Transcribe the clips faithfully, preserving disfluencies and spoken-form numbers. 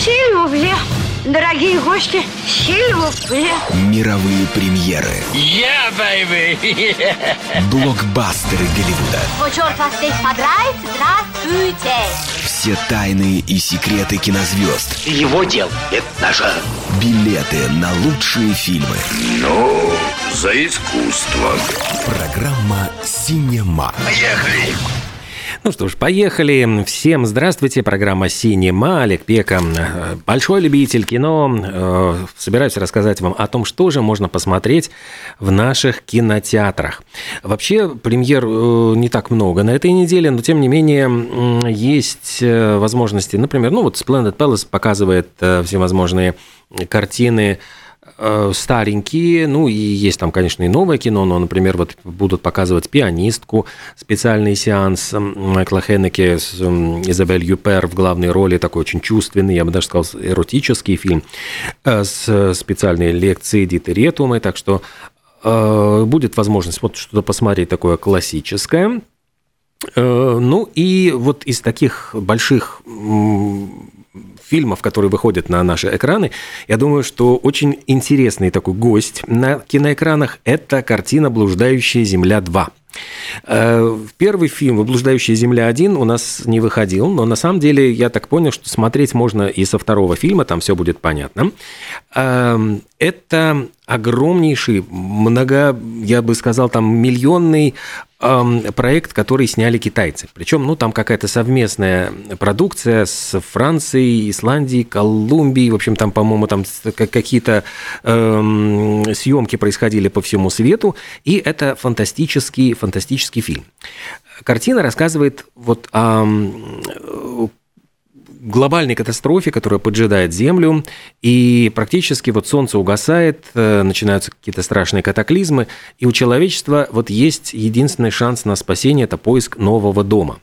Сильвупле. Дорогие гости, сильвупле. Мировые премьеры. Yeah, baby! Блокбастеры Голливуда. О, черт вас здесь подрать, здравствуйте. Все тайны и секреты кинозвезд. Его дел – это наше. Билеты на лучшие фильмы. Ну, за искусство. Программа «Синема». Поехали! Ну что ж, поехали. Всем здравствуйте. Программа «Синема». Олег Пека, большой любитель кино. Собираюсь рассказать вам о том, что же можно посмотреть в наших кинотеатрах. Вообще, премьер не так много на этой неделе, но тем не менее есть возможности. Например, ну вот Splendid Palace показывает всевозможные картины, старенькие, ну и есть там, конечно, и новое кино, но, например, вот будут показывать «Пианистку», специальный сеанс Майкла Хеннеке с Изабель Юпер в главной роли, такой очень чувственный, я бы даже сказал, эротический фильм, с специальной лекцией Диты Ретумой, так что э, будет возможность вот что-то посмотреть такое классическое. Э, ну и вот из таких больших фильмов, которые выходят на наши экраны, я думаю, что очень интересный такой гость на киноэкранах – это картина «Блуждающая земля два». Первый фильм «Блуждающая земля один» у нас не выходил, но на самом деле я так понял, что смотреть можно и со второго фильма, там все будет понятно. Это огромнейший, много, я бы сказал, там миллионный проект, который сняли китайцы. Причем, ну, там какая-то совместная продукция с Францией, Исландией, Колумбией. В общем, там, по-моему, там какие-то э, съемки происходили по всему свету. И это фантастический, фантастический фильм. Картина рассказывает вот о глобальной катастрофе, которая поджидает Землю, и практически вот солнце угасает, начинаются какие-то страшные катаклизмы, и у человечества вот есть единственный шанс на спасение – это поиск нового дома.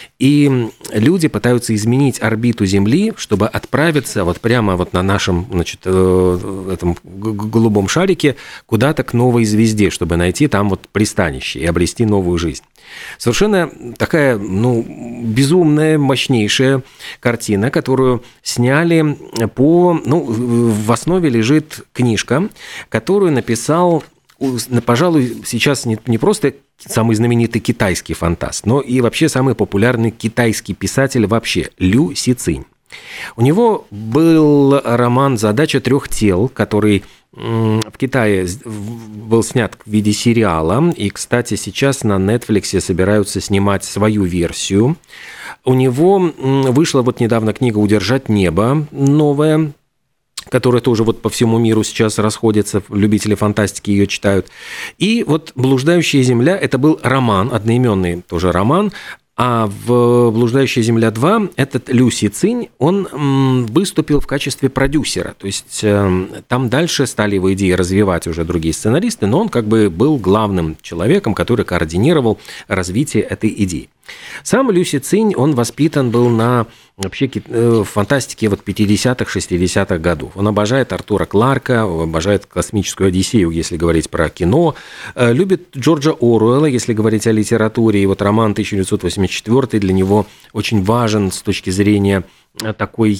И люди пытаются изменить орбиту Земли, чтобы отправиться вот прямо вот на нашем, значит, этом голубом шарике куда-то к новой звезде, чтобы найти там вот пристанище и обрести новую жизнь. Совершенно такая, ну, безумная, мощнейшая картина, которую сняли по... Ну, в основе лежит книжка, которую написал, пожалуй, сейчас не, не просто самый знаменитый китайский фантаст, но и вообще самый популярный китайский писатель вообще, Лю Сицинь. У него был роман «Задача трех тел», который в Китае был снят в виде сериала, и, кстати, сейчас на Netflix собираются снимать свою версию. У него вышла вот недавно книга «Удержать небо», новая, которая тоже вот по всему миру сейчас расходится, любители фантастики ее читают. И вот «Блуждающая земля» – это был роман, одноименный тоже роман, а в «Блуждающая земля два» этот Лю Сицинь, он выступил в качестве продюсера. То есть там дальше стали его идеи развивать уже другие сценаристы, но он как бы был главным человеком, который координировал развитие этой идеи. Сам Лю Сицинь, он воспитан был на вообще фантастике вот пятидесятых, шестидесятых годов. Он обожает Артура Кларка, обожает «Космическую Одиссею», если говорить про кино, любит Джорджа Оруэлла, если говорить о литературе, и вот роман тысяча девятьсот восемьдесят четвёртый для него очень важен с точки зрения такой...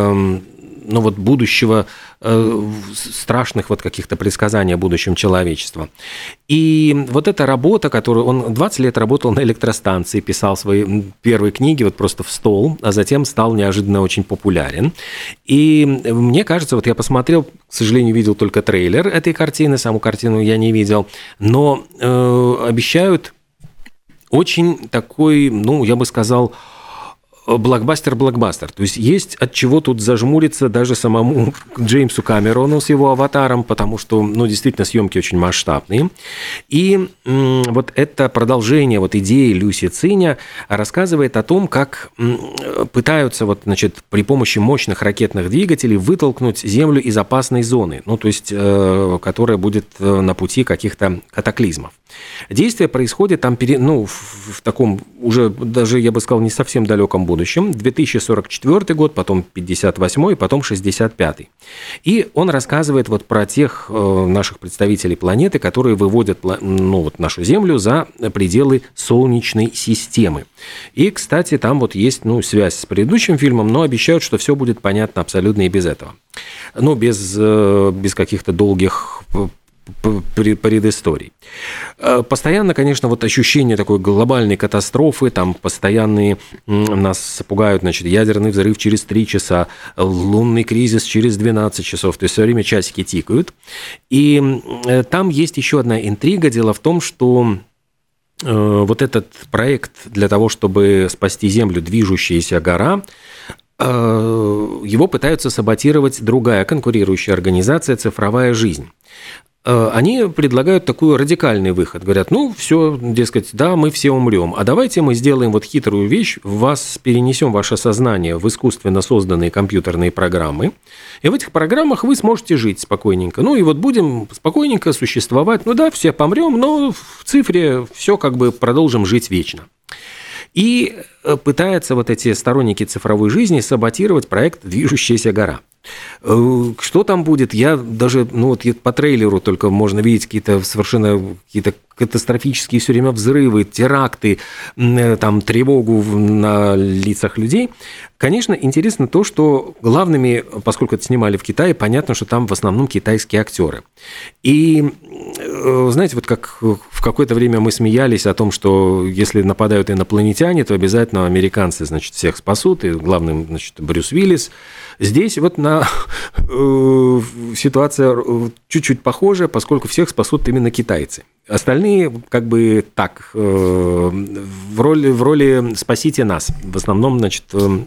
ну вот будущего, э, страшных вот каких-то предсказаний о будущем человечества. И вот эта работа, которую он двадцать лет работал на электростанции, писал свои первые книги вот просто в стол, а затем стал неожиданно очень популярен. И мне кажется, вот я посмотрел, к сожалению, видел только трейлер этой картины, саму картину я не видел, но э, обещают очень такой, ну, я бы сказал, блокбастер-блокбастер. То есть есть от чего тут зажмуриться даже самому Джеймсу Камерону с его «Аватаром», потому что, ну, действительно, съемки очень масштабные. И м, вот это продолжение вот идеи Лю Сициня рассказывает о том, как м, пытаются вот, значит, при помощи мощных ракетных двигателей вытолкнуть Землю из опасной зоны, ну, то есть, э, которая будет на пути каких-то катаклизмов. Действие происходит там, ну, в таком уже даже, я бы сказал, не совсем далеком будущем. две тысячи сорок четвёртый год, потом пятьдесят восьмой, потом шестьдесят пятый. И он рассказывает вот про тех наших представителей планеты, которые выводят, ну, вот нашу Землю за пределы Солнечной системы. И, кстати, там вот есть, ну, связь с предыдущим фильмом, но обещают, что все будет понятно абсолютно и без этого. Ну, без, без каких-то долгих предысторий. Постоянно, конечно, вот ощущение такой глобальной катастрофы, там постоянные нас пугают, значит, ядерный взрыв через три часа, лунный кризис через двенадцать часов, то есть все время часики тикают. И там есть еще одна интрига. Дело в том, что вот этот проект для того, чтобы спасти Землю, движущаяся гора, его пытаются саботировать другая конкурирующая организация «Цифровая жизнь». Они предлагают такой радикальный выход. Говорят, ну, все, дескать, да, мы все умрем, а давайте мы сделаем вот хитрую вещь, вас перенесем ваше сознание в искусственно созданные компьютерные программы, и в этих программах вы сможете жить спокойненько. Ну, и вот будем спокойненько существовать. Ну да, все помрем, но в цифре все как бы продолжим жить вечно. И пытаются вот эти сторонники цифровой жизни саботировать проект «Движущаяся гора». Что там будет, я даже, ну вот по трейлеру только можно видеть какие-то совершенно какие-то катастрофические все время взрывы, теракты, там тревогу на лицах людей. Конечно, интересно то, что главными, поскольку это снимали в Китае, понятно, что там в основном китайские актеры. И знаете, вот как в какое-то время мы смеялись о том, что если нападают инопланетяне, то обязательно американцы, значит, всех спасут, и главным, значит, Брюс Уиллис. Здесь вот на э, ситуация чуть-чуть похожа, поскольку всех спасут именно китайцы. Остальные как бы так, э, в роли, в роли «спасите нас». В основном, значит, э,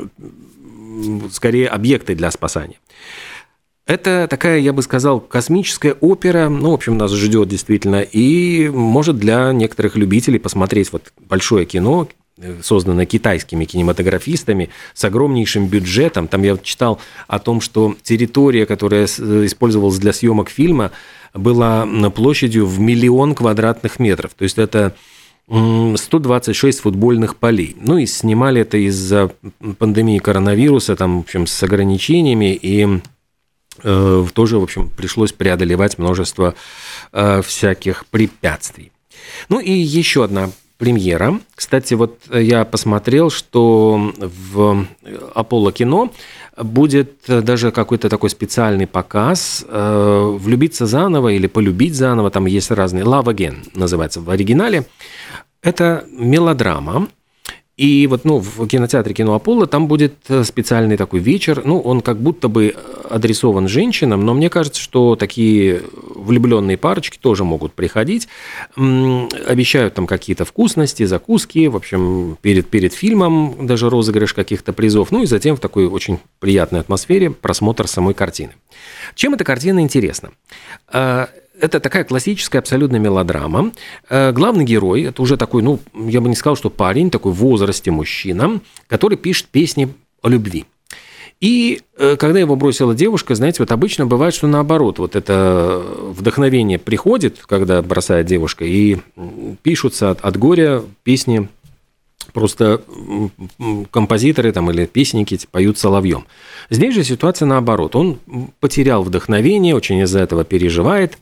скорее объекты для спасания. Это такая, я бы сказал, космическая опера, ну, в общем, нас ждет действительно, и может для некоторых любителей посмотреть вот большое кино, созданное китайскими кинематографистами с огромнейшим бюджетом. Там я читал о том, что территория, которая использовалась для съемок фильма, была площадью в миллион квадратных метров. То есть это сто двадцать шесть футбольных полей. Ну и снимали это из-за пандемии коронавируса, там, в общем, с ограничениями, и э, тоже, в общем, пришлось преодолевать множество э, всяких препятствий. Ну и еще одна премьера. Кстати, вот я посмотрел, что в Apollo кино будет даже какой-то такой специальный показ «Влюбиться заново» или «Полюбить заново», там есть разные, «Love Again» называется в оригинале. Это мелодрама. И вот, ну, в кинотеатре «Кино Аполло» там будет специальный такой вечер. Ну, он как будто бы адресован женщинам, но мне кажется, что такие влюбленные парочки тоже могут приходить. Обещают там какие-то вкусности, закуски, в общем, перед, перед фильмом даже розыгрыш каких-то призов. Ну, и затем в такой очень приятной атмосфере просмотр самой картины. Чем эта картина интересна? Это такая классическая абсолютно мелодрама. Главный герой – это уже такой, ну, я бы не сказал, что парень, такой в возрасте мужчина, который пишет песни о любви. И когда его бросила девушка, знаете, вот обычно бывает, что наоборот, вот это вдохновение приходит, когда бросает девушка, и пишутся от, от горя песни, просто композиторы там, или песенники поют соловьем. Здесь же ситуация наоборот. Он потерял вдохновение, очень из-за этого переживает.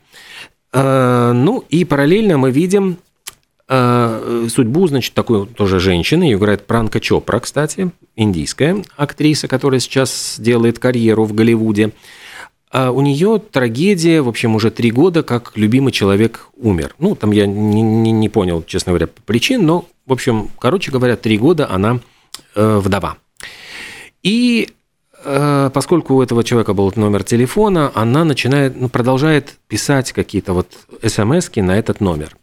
Ну и параллельно мы видим судьбу, значит, такой тоже женщины. Ее играет Пранка Чопра, кстати, индийская актриса, которая сейчас делает карьеру в Голливуде. У нее трагедия, в общем, уже три года, как любимый человек умер. Ну, там я не, не, не понял, честно говоря, причин, но, в общем, короче говоря, три года она э, вдова. И э, поскольку у этого человека был номер телефона, она начинает, ну, продолжает писать какие-то вот смс-ки на этот номер.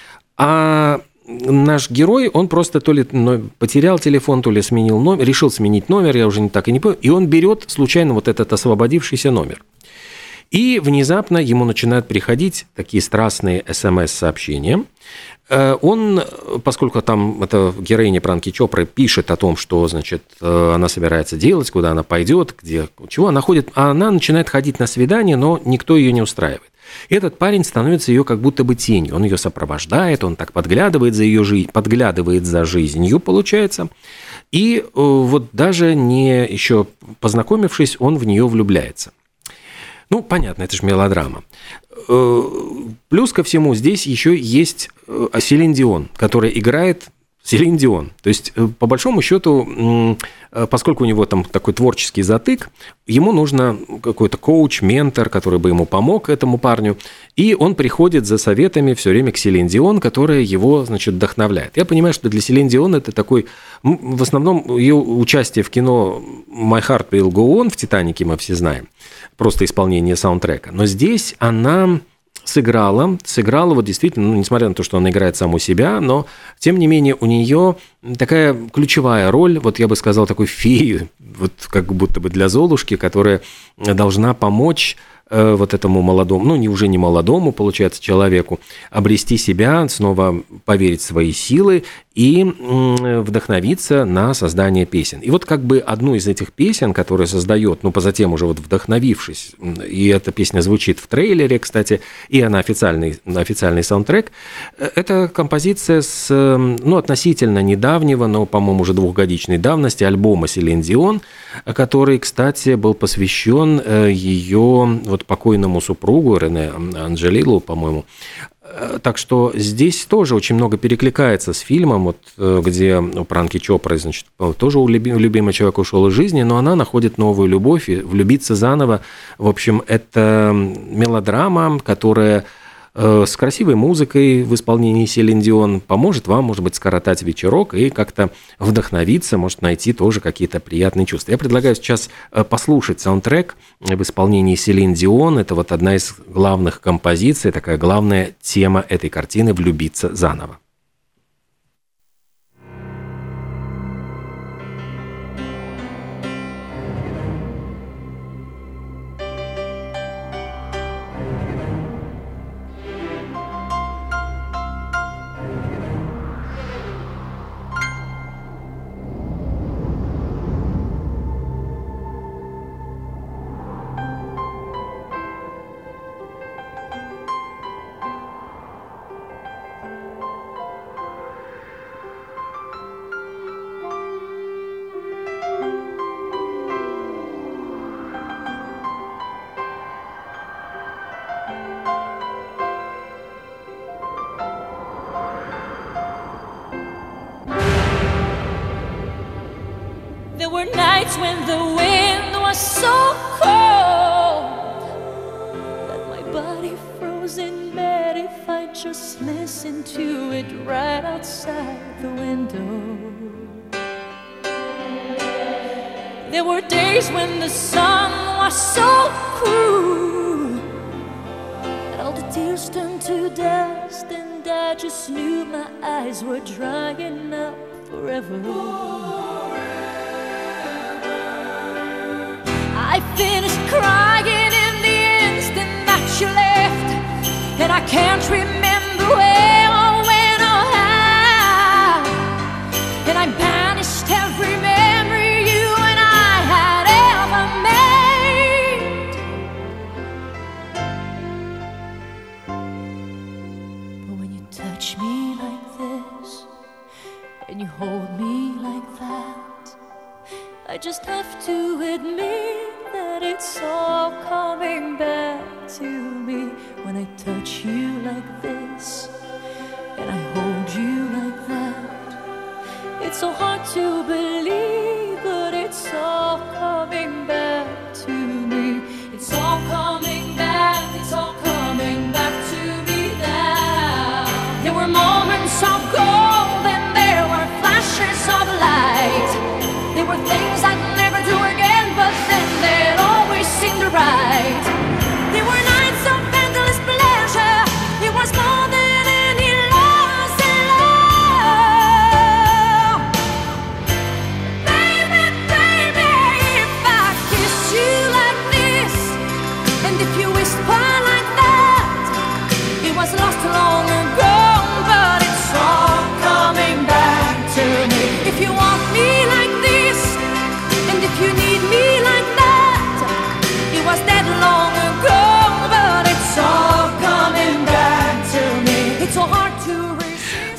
А наш герой, он просто то ли потерял телефон, то ли сменил номер, решил сменить номер, я уже не так и не понял, и он берет случайно вот этот освободившийся номер. И внезапно ему начинают приходить такие страстные смс-сообщения. Он, поскольку там эта героиня Пранки Чопры пишет о том, что, значит, она собирается делать, куда она пойдет, где, чего она ходит, а она начинает ходить на свидание, но никто ее не устраивает. И этот парень становится ее как будто бы тенью. Он ее сопровождает, он так подглядывает за ее жизнь, подглядывает за жизнью, получается. И э, вот даже не еще познакомившись, он в нее влюбляется. Ну, понятно, это же мелодрама. Э, плюс ко всему здесь еще есть Селин Дион, которая играет Селин Дион. То есть, по большому счету, поскольку у него там такой творческий затык, ему нужно какой-то коуч, ментор, который бы ему помог этому парню, и он приходит за советами все время к Селин Дион, которая его, значит, вдохновляет. Я понимаю, что для Селин Дион это такой, в основном ее участие в кино My Heart Will Go On в «Титанике» мы все знаем, просто исполнение саундтрека, но здесь она сыграла, сыграла вот действительно, ну, несмотря на то, что она играет саму себя, но, тем не менее, у нее такая ключевая роль, вот я бы сказал, такой феи, вот как будто бы для Золушки, которая должна помочь э, вот этому молодому, ну, не уже не молодому, получается, человеку, обрести себя, снова поверить в свои силы и э, вдохновиться на создание песен. И вот как бы одну из этих песен, которую создает, ну, затем уже вот вдохновившись, и эта песня звучит в трейлере, кстати, и она официальный, официальный саундтрек, это композиция с, ну, относительно недавнего, но, по-моему, уже двухгодичной давности альбома Селин Дион, который, кстати, был посвящен ее вот покойному супругу Рене Анджелилу, по-моему. Так что здесь тоже очень много перекликается с фильмом, вот, где у Пранки Чопры, значит, тоже у любимого человека ушел из жизни, но она находит новую любовь и влюбиться заново. В общем, это мелодрама, которая с красивой музыкой в исполнении Селин Дион поможет вам, может быть, скоротать вечерок и как-то вдохновиться, может, найти тоже какие-то приятные чувства. Я предлагаю сейчас послушать саундтрек в исполнении Селин Дион. Это вот одна из главных композиций, такая главная тема этой картины «Влюбиться заново». There were nights when the wind was so cold that my body froze in bed if I just listened to it right outside the window. There were days when the sun was so cruel that all the tears turned to dust, and I just knew my eyes were drying up forever. I finished crying in the instant that you left, and I can't remember where or when or how, and I banished every memory you and I had ever made. But when you touch me like this, and you hold me like that, I just have to admit that it's all coming back to me. When I touch you like this and I hold you like that, it's so hard to believe, but it's all coming back to me. It's all coming back, it's all coming back to me now. There were moments of gold and there were flashes of light. There were things I'd never do again, but then they'd always seem to right. There were nights of endless pleasure. It was more than any loss in love.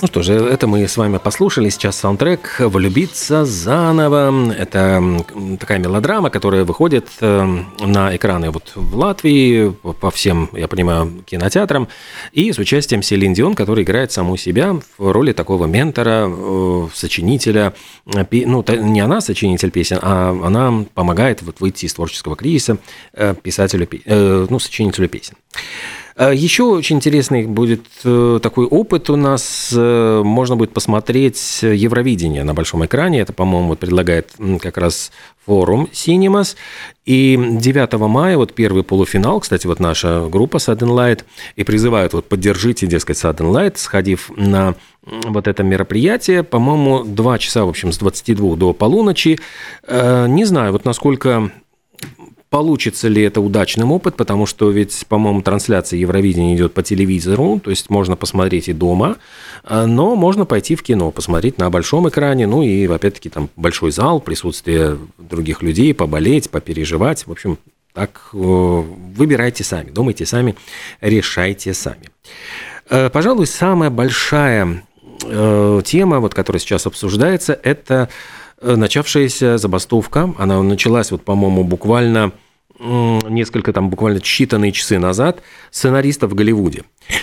Ну что же, это мы с вами послушали. Сейчас саундтрек «Влюбиться заново». Это такая мелодрама, которая выходит на экраны вот в Латвии, по всем, я понимаю, кинотеатрам, и с участием Селин Дион, которая играет саму себя в роли такого ментора, сочинителя. Ну, не она сочинитель песен, а она помогает вот выйти из творческого кризиса писателю, ну, сочинителю песен. Еще очень интересный будет такой опыт у нас. Можно будет посмотреть Евровидение на большом экране. Это, по-моему, вот предлагает как раз форум Cinemas. И девятого мая, вот первый полуфинал, кстати, вот наша группа Sudden Light, и призывают, вот поддержите, дескать, Sudden Light, сходив на вот это мероприятие. По-моему, два часа, в общем, с двадцати двух до полуночи. Не знаю, вот насколько... Получится ли это удачным опыт, потому что ведь, по-моему, трансляция Евровидения идет по телевизору, то есть можно посмотреть и дома, но можно пойти в кино, посмотреть на большом экране, ну и, опять-таки, там большой зал, присутствие других людей, поболеть, попереживать, в общем, так выбирайте сами, думайте сами, решайте сами. Пожалуй, самая большая тема, вот, которая сейчас обсуждается, это начавшаяся забастовка. Она началась, вот, по-моему, буквально несколько, там, буквально считанные часы назад сценаристов в Голливуде.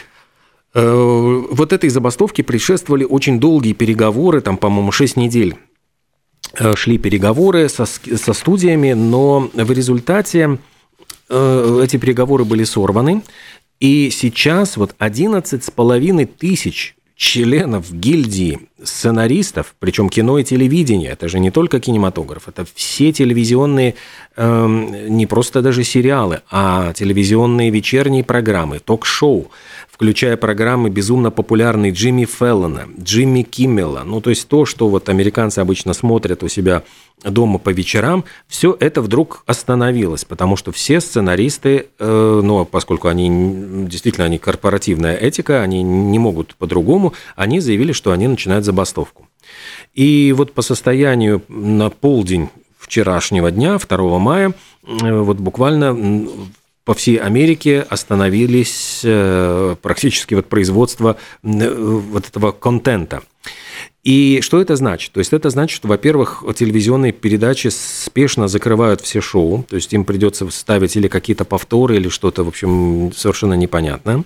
Вот этой забастовке предшествовали очень долгие переговоры, там, по-моему, шесть недель шли переговоры со, со студиями, но в результате эти переговоры были сорваны, и сейчас вот одиннадцать с половиной тысяч членов гильдии сценаристов, причем кино и телевидение, это же не только кинематограф, это все телевизионные, э, не просто даже сериалы, а телевизионные вечерние программы, ток-шоу, включая программы безумно популярной Джимми Феллона, Джимми Киммела, ну то есть то, что вот американцы обычно смотрят у себя дома по вечерам, все это вдруг остановилось, потому что все сценаристы, э, ну поскольку они действительно они корпоративная этика, они не могут по-другому, они заявили, что они начинают забастовку. И вот по состоянию на полдень вчерашнего дня, второго мая, э, вот буквально по всей Америке остановились э, практически вот производство э, вот этого контента. И что это значит? То есть это значит, что, во-первых, телевизионные передачи спешно закрывают все шоу, то есть им придется ставить или какие-то повторы, или что-то, в общем, совершенно непонятно.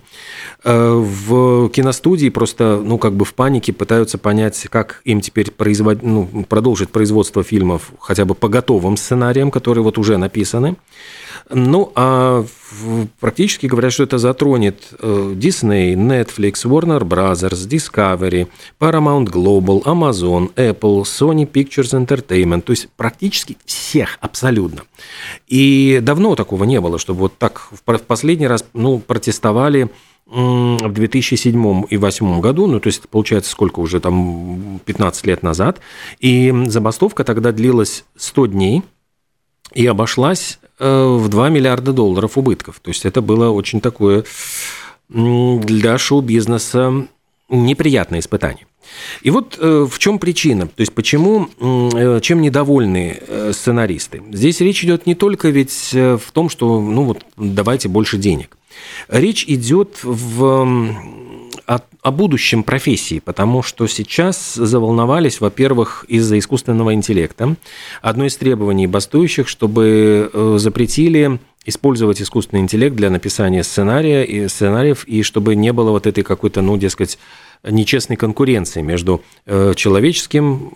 В киностудии просто, ну, как бы в панике пытаются понять, как им теперь производ... ну, продолжить производство фильмов хотя бы по готовым сценариям, которые вот уже написаны. Ну, а практически говорят, что это затронет Disney, Netflix, Warner Brothers, Discovery, Paramount Global, Amazon, Apple, Sony Pictures Entertainment, то есть практически всех абсолютно. И давно такого не было, чтобы вот так в последний раз, ну, протестовали в две тысячи седьмом и две тысячи восьмом году, ну, то есть, получается, сколько уже там, пятнадцать лет назад, и забастовка тогда длилась сто дней и обошлась в два миллиарда долларов убытков. То есть это было очень такое для шоу-бизнеса неприятное испытание. И вот в чем причина, то есть почему, чем недовольны сценаристы. Здесь речь идет не только ведь в том, что, ну вот, давайте больше денег. Речь идет в... О, о будущем профессии, потому что сейчас заволновались, во-первых, из-за искусственного интеллекта. Одно из требований бастующих, чтобы запретили использовать искусственный интеллект для написания сценария и сценариев, и чтобы не было вот этой какой-то, ну, дескать, нечестной конкуренции между человеческим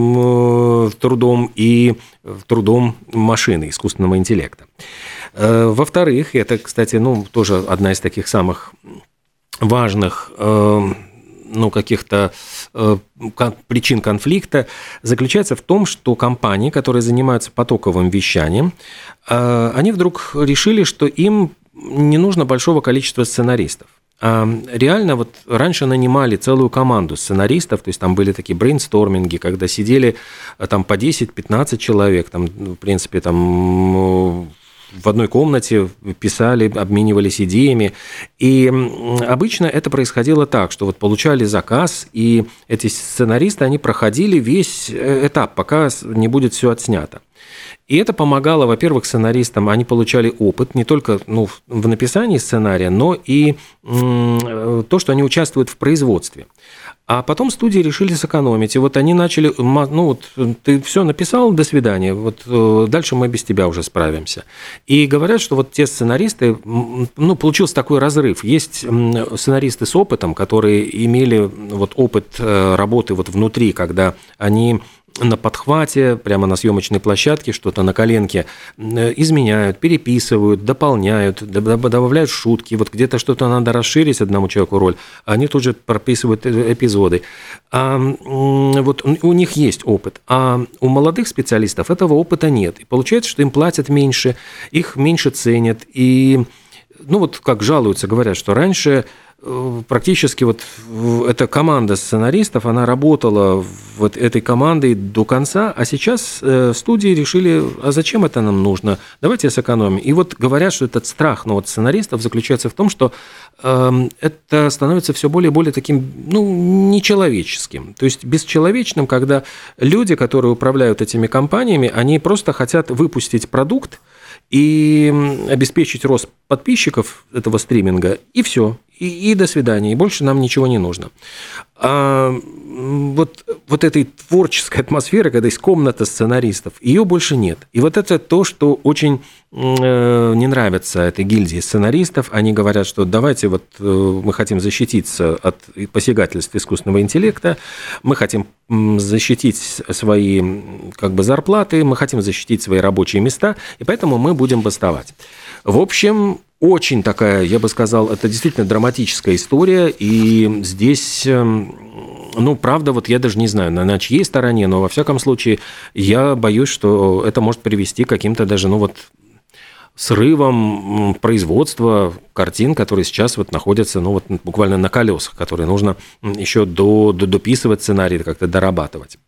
трудом и трудом машины, искусственного интеллекта. Во-вторых, это, кстати, ну, тоже одна из таких самых важных, ну, каких-то причин конфликта заключается в том, что компании, которые занимаются потоковым вещанием, они вдруг решили, что им не нужно большого количества сценаристов. А реально вот раньше нанимали целую команду сценаристов, то есть там были такие брейнсторминги, когда сидели там по десять-пятнадцать человек, там, в принципе, там... в одной комнате писали, обменивались идеями. И обычно это происходило так, что вот получали заказ, и эти сценаристы, они проходили весь этап, пока не будет все отснято. И это помогало, во-первых, сценаристам, они получали опыт не только, ну, в написании сценария, но и то, что они участвуют в производстве. А потом студии решили сэкономить. И вот они начали, ну вот ты все написал, до свидания, вот дальше мы без тебя уже справимся. И говорят, что вот те сценаристы, ну, получился такой разрыв. Есть сценаристы с опытом, которые имели вот опыт работы вот внутри, когда они на подхвате, прямо на съемочной площадке, что-то на коленке изменяют, переписывают, дополняют, добавляют шутки. Вот где-то что-то надо расширить одному человеку роль, они тут же прописывают эпизоды. А вот у них есть опыт, а у молодых специалистов этого опыта нет. И получается, что им платят меньше, их меньше ценят. И, ну вот как жалуются, говорят, что раньше практически вот эта команда сценаристов, она работала вот этой командой до конца, а сейчас студии решили, а зачем это нам нужно, давайте сэкономим. И вот говорят, что этот страх, ну, вот сценаристов заключается в том, что э, это становится все более и более таким, ну, нечеловеческим, то есть бесчеловечным, когда люди, которые управляют этими компаниями, они просто хотят выпустить продукт и обеспечить рост подписчиков этого стриминга, и все. И, и до свидания, и больше нам ничего не нужно. А вот, вот этой творческой атмосферы, когда есть комната сценаристов, ее больше нет. И вот это то, что очень э, не нравится этой гильдии сценаристов. Они говорят, что давайте вот э, мы хотим защититься от посягательств искусственного интеллекта, мы хотим защитить свои как бы зарплаты, мы хотим защитить свои рабочие места, и поэтому мы будем бастовать. В общем, очень такая, я бы сказал, это действительно драматическая история, и здесь, ну, правда, вот я даже не знаю, на чьей стороне, но, во всяком случае, я боюсь, что это может привести к каким-то даже, ну, вот, срывом производства картин, которые сейчас вот находятся, ну, вот, буквально на колесах, которые нужно еще до, до, дописывать сценарий, как-то дорабатывать.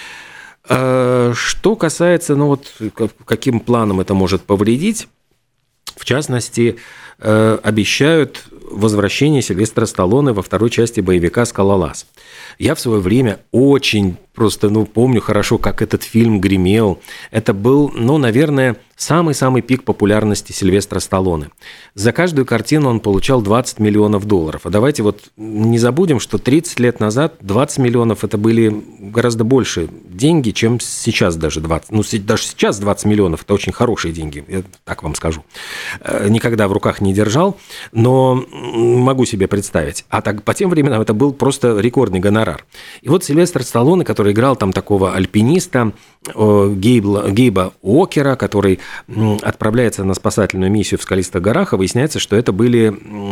Что касается, ну, вот, каким планом это может повредить, в частности, обещают возвращение Сильвестра Сталлоне во второй части боевика «Скалолаз». Я в свое время очень просто, ну, помню хорошо, как этот фильм гремел. Это был, ну, наверное, самый-самый пик популярности Сильвестра Сталлоне. За каждую картину он получал двадцать миллионов долларов. А давайте вот не забудем, что тридцать лет назад двадцать миллионов – это были гораздо больше деньги, чем сейчас даже двадцать. Ну, даже сейчас двадцать миллионов – это очень хорошие деньги, я так вам скажу. Никогда в руках не держал, но могу себе представить. А так по тем временам это был просто рекордный гонорар. И вот Сильвестр Сталлоне, который играл там такого альпиниста, Гейбла, Гейба Уокера, который отправляется на спасательную миссию в скалистых горах, и выясняется, что это были,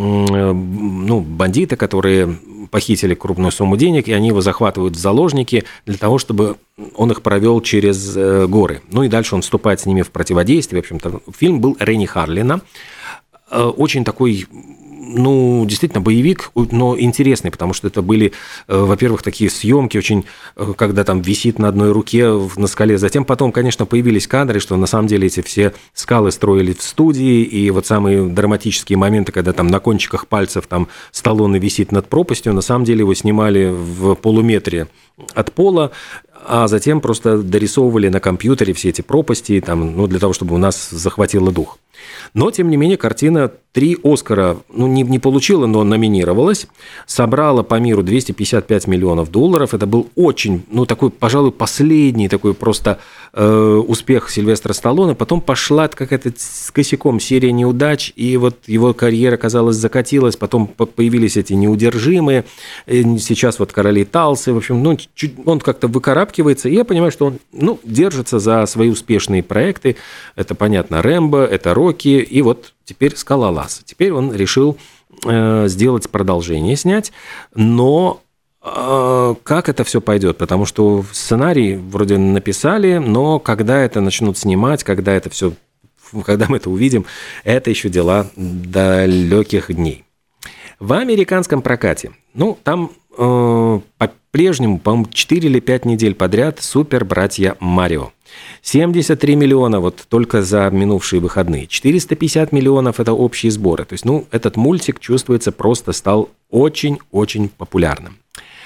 ну, бандиты, которые похитили крупную сумму денег, и они его захватывают в заложники для того, чтобы он их провел через горы. Ну и дальше он вступает с ними в противодействие. В общем-то, фильм был Ренни Харлина. Очень такой, ну, действительно, боевик, но интересный, потому что это были, во-первых, такие съемки очень, когда там висит на одной руке на скале. Затем потом, конечно, появились кадры, что на самом деле эти все скалы строили в студии, и вот самые драматические моменты, когда там на кончиках пальцев там Сталлоне висит над пропастью, на самом деле его снимали в полуметре от пола, а затем просто дорисовывали на компьютере все эти пропасти, там, ну, для того, чтобы у нас захватило дух. Но, тем не менее, картина три «Оскара», ну, не, не получила, но номинировалась, собрала по миру двести пятьдесят пять миллионов долларов. Это был очень, ну, такой, пожалуй, последний такой просто э, успех Сильвестра Сталлоне. Потом пошла какая-то с косяком серия неудач, и вот его карьера, казалось, закатилась. Потом появились эти «Неудержимые», сейчас вот «Короли Талсы». В общем, ну, чуть, он как-то выкарабкивается, и я понимаю, что он, ну, держится за свои успешные проекты. Это, понятно, «Рэмбо», это «Рокки», и вот теперь «Скалолаз». Теперь он решил э, сделать продолжение, снять, но э, как это все пойдет? Потому что сценарий вроде написали, но когда это начнут снимать, когда это все, когда мы это увидим, это еще дела далеких дней. В американском прокате, ну, там э, по-прежнему, по-моему, четыре или пять недель подряд «Супер-братья Марио». семьдесят три миллиона вот только за минувшие выходные. четыреста пятьдесят миллионов – это общие сборы. То есть, ну, этот мультик, чувствуется, просто стал очень-очень популярным.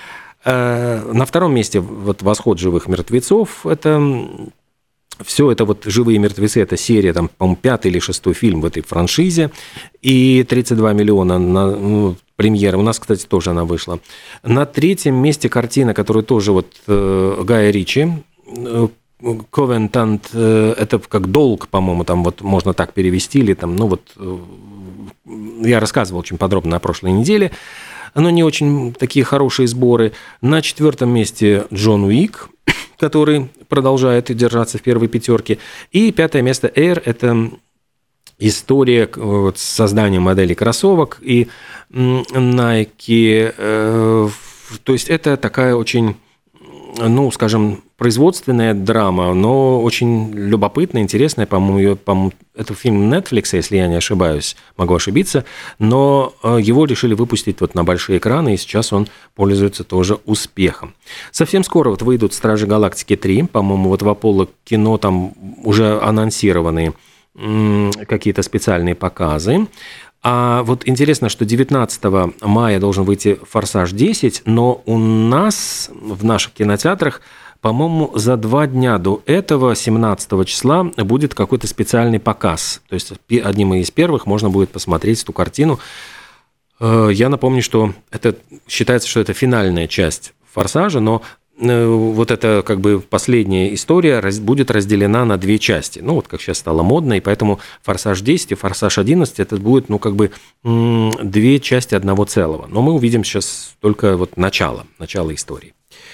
На втором месте вот «Восход живых мертвецов». Это все это вот «Живые мертвецы» – это серия, там, по-моему, пятый или шестой фильм в этой франшизе. И тридцать два миллиона на, ну, премьера. У нас, кстати, тоже она вышла. На третьем месте картина, которую тоже вот э, Гая Ричи, э, «Ковентант», э, это как «долг», по-моему, там вот можно так перевести, или там, ну вот, э, я рассказывал очень подробно на прошлой неделе, но не очень такие хорошие сборы. На четвертом месте «Джон Уик», который продолжает держаться в первой пятерке. И пятое место «Air» – это история вот, создания моделей кроссовок и Nike. Э, то есть это такая очень, ну, скажем, производственная драма, но очень любопытная, интересная. По-моему, ее, по-моему, это фильм Netflix, если я не ошибаюсь, могу ошибиться, но его решили выпустить вот на большие экраны, и сейчас он пользуется тоже успехом. Совсем скоро вот выйдут «Стражи Галактики три», по-моему, вот в Apollo кино там уже анонсированы какие-то специальные показы. А вот интересно, что девятнадцатого мая должен выйти «Форсаж десять», но у нас в наших кинотеатрах, по-моему, за два дня до этого, семнадцатого числа, будет какой-то специальный показ. То есть одним из первых можно будет посмотреть эту картину. Я напомню, что это считается, что это финальная часть «Форсажа», но вот эта как бы последняя история будет разделена на две части. Ну, вот как сейчас стало модно, и поэтому «Форсаж десять» и «Форсаж одиннадцать» это будет, ну, как бы две части одного целого. Но мы увидим сейчас только вот начало, начало истории.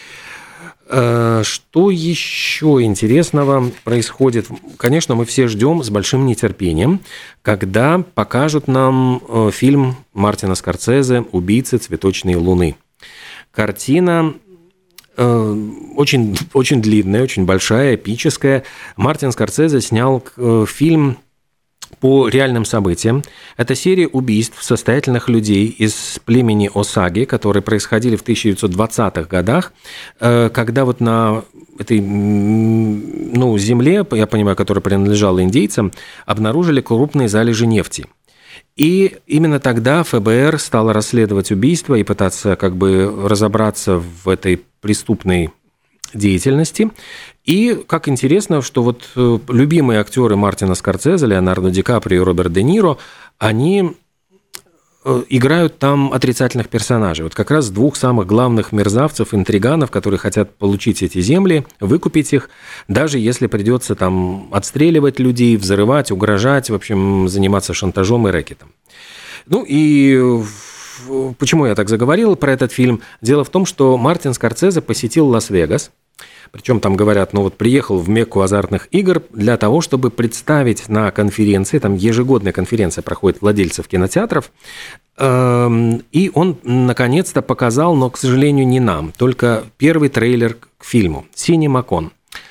Что еще интересного происходит? Конечно, мы все ждем с большим нетерпением, когда покажут нам фильм Мартина Скорсезе «Убийцы цветочной луны». Картина очень, очень длинная, очень большая, эпическая. Мартин Скорсезе снял фильм по реальным событиям. Это серия убийств состоятельных людей из племени Осаги, которые происходили в тысяча девятьсот двадцатых годах, когда вот на этой, ну, земле, я понимаю, которая принадлежала индейцам, обнаружили крупные залежи нефти. И именно тогда эф бэ эр стало расследовать убийство и пытаться как бы разобраться в этой преступной деятельности. И, как интересно, что вот любимые актеры Мартина Скорсезе, Леонардо Ди Каприо и Роберт Де Ниро, они играют там отрицательных персонажей. Вот как раз двух самых главных мерзавцев, интриганов, которые хотят получить эти земли, выкупить их, даже если придется там отстреливать людей, взрывать, угрожать, в общем, заниматься шантажом и рэкетом. Ну и почему я так заговорил про этот фильм? Дело в том, что Мартин Скорсезе посетил Лас-Вегас, причем там говорят, ну вот приехал в Мекку азартных игр для того, чтобы представить на конференции, там ежегодная конференция проходит владельцев кинотеатров, и он наконец-то показал, но, к сожалению, не нам, только первый трейлер к фильму «CinemaCon».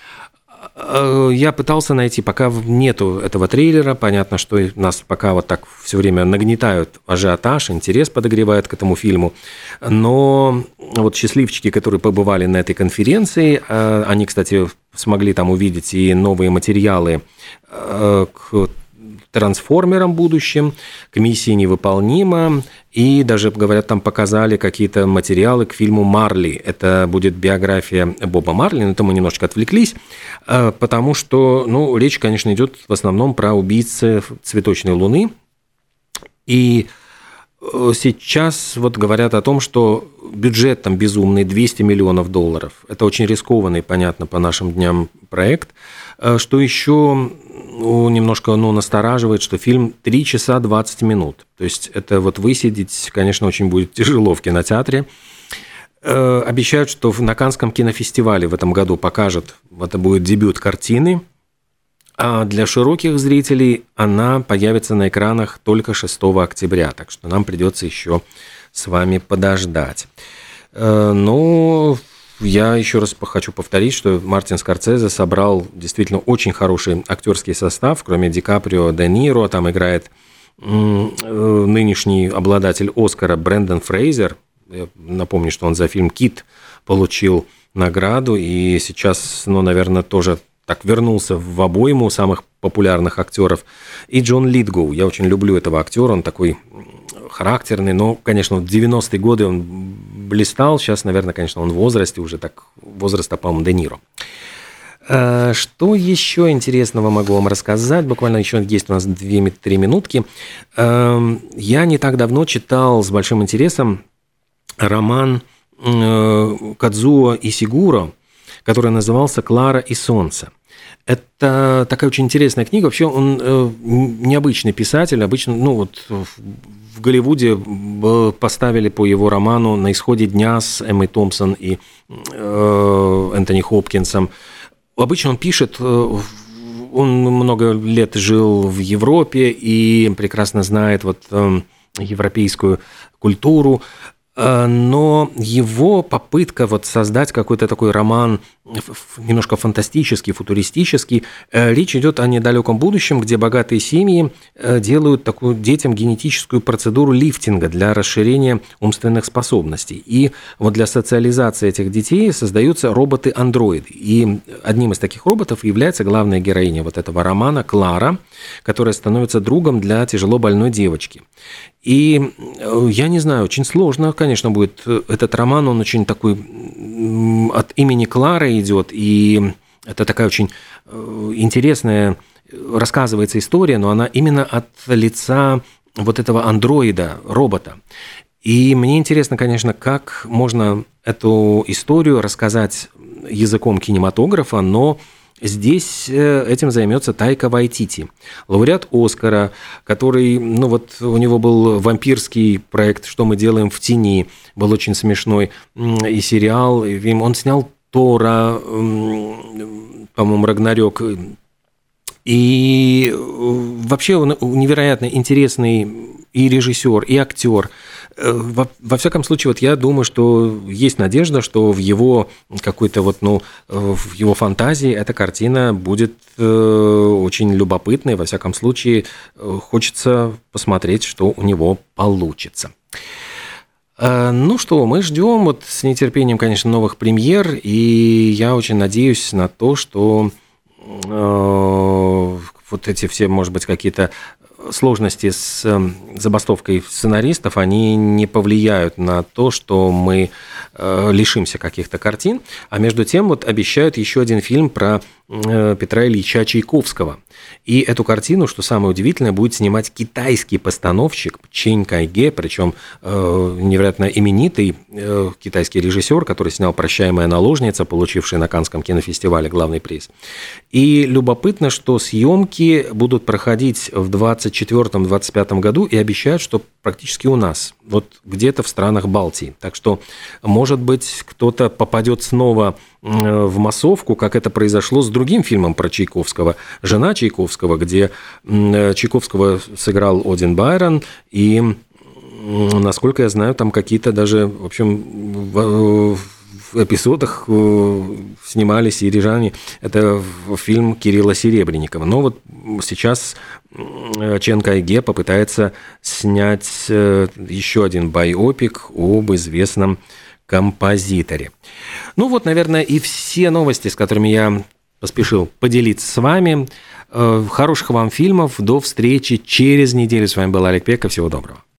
Я пытался найти, пока нету этого трейлера, понятно, что нас пока вот так все время нагнетают ажиотаж, интерес подогревают к этому фильму, но вот счастливчики, которые побывали на этой конференции, они, кстати, смогли там увидеть и новые материалы к трансформерам будущим, к миссии невыполнима, и даже, говорят, там показали какие-то материалы к фильму «Марли». Это будет биография Боба Марли, но это мы немножечко отвлеклись, потому что, ну, речь, конечно, идет в основном про убийцы цветочной луны, и сейчас вот говорят о том, что бюджет там безумный, двести миллионов долларов. Это очень рискованный, понятно, по нашим дням проект. Что еще ну, немножко ну, настораживает, что фильм три часа двадцать минут. То есть это вот высидеть, конечно, очень будет тяжело в кинотеатре. Обещают, что на Каннском кинофестивале в этом году покажут, это будет дебют картины, а для широких зрителей она появится на экранах только шестого октября, так что нам придется еще с вами подождать. Ну, я еще раз хочу повторить, что Мартин Скорсезе собрал действительно очень хороший актерский состав, кроме Ди Каприо, Де Ниро, там играет нынешний обладатель Оскара Брендан Фрейзер. Я напомню, что он за фильм «Кит» получил награду, и сейчас, ну, наверное, тоже так вернулся в обойму самых популярных актеров. И Джон Литгоу. Я очень люблю этого актера, он такой характерный, но, конечно, в девяностые годы он блистал, сейчас, наверное, конечно, он в возрасте, уже так возраста, по-моему, Де Ниро. Что еще интересного могу вам рассказать? Буквально еще есть у нас две-три минутки. Я не так давно читал с большим интересом роман Кадзуо Исигуро, который назывался «Клара и солнце». Это такая очень интересная книга. Вообще он необычный писатель. Обычно, ну вот в Голливуде поставили по его роману «На исходе дня» с Эммой Томпсон и Энтони Хопкинсом. Обычно он пишет, он много лет жил в Европе и прекрасно знает вот европейскую культуру, но его попытка вот создать какой-то такой роман немножко фантастический, футуристический, речь идет о недалеком будущем, где богатые семьи делают такую детям генетическую процедуру лифтинга для расширения умственных способностей. И вот для социализации этих детей создаются роботы-андроиды. И одним из таких роботов является главная героиня вот этого романа Клара, которая становится другом для тяжело больной девочки. И я не знаю, очень сложно, конечно, будет этот роман, он очень такой от имени Клары идет, и это такая очень интересная рассказывается история, но она именно от лица вот этого андроида, робота. И мне интересно, конечно, как можно эту историю рассказать языком кинематографа, но здесь этим займется Тайка Вайтити, лауреат Оскара, который, ну вот у него был вампирский проект «Что мы делаем в тени», был очень смешной, и сериал, он снял Тора, по-моему, Рагнарёк. И вообще он невероятно интересный и режиссер, и актер. Во, во всяком случае, вот я думаю, что есть надежда, что в его какой-то вот, ну, в его фантазии эта картина будет очень любопытной. Во всяком случае, хочется посмотреть, что у него получится. Ну что, мы ждем вот с нетерпением, конечно, новых премьер, и я очень надеюсь на то, что э, вот эти все, может быть, какие-то сложности с забастовкой сценаристов, они не повлияют на то, что мы лишимся каких-то картин, а между тем вот обещают еще один фильм про Петра Ильича Чайковского. И эту картину, что самое удивительное, будет снимать китайский постановщик Чен Кайге, причем невероятно именитый китайский режиссер, который снял «Прощаемая наложница», получивший на Каннском кинофестивале главный приз. И любопытно, что съемки будут проходить в двадцать четвёртом - двадцать пятом году и обещают, что практически у нас, вот где-то в странах Балтии. Так что, может быть, кто-то попадет снова в массовку, как это произошло с другим фильмом про Чайковского «Жена Чайковского», где Чайковского сыграл Один Байрон, и, насколько я знаю, там какие-то даже, в общем, в эпизодах снимались и рижане. Это фильм Кирилла Серебренникова. Но вот сейчас Чен Кайге попытается снять еще один байопик об известном композиторе. Ну вот, наверное, и все новости, с которыми я поспешил поделиться с вами. Хороших вам фильмов. До встречи через неделю. С вами был Олег Пеков. Всего доброго.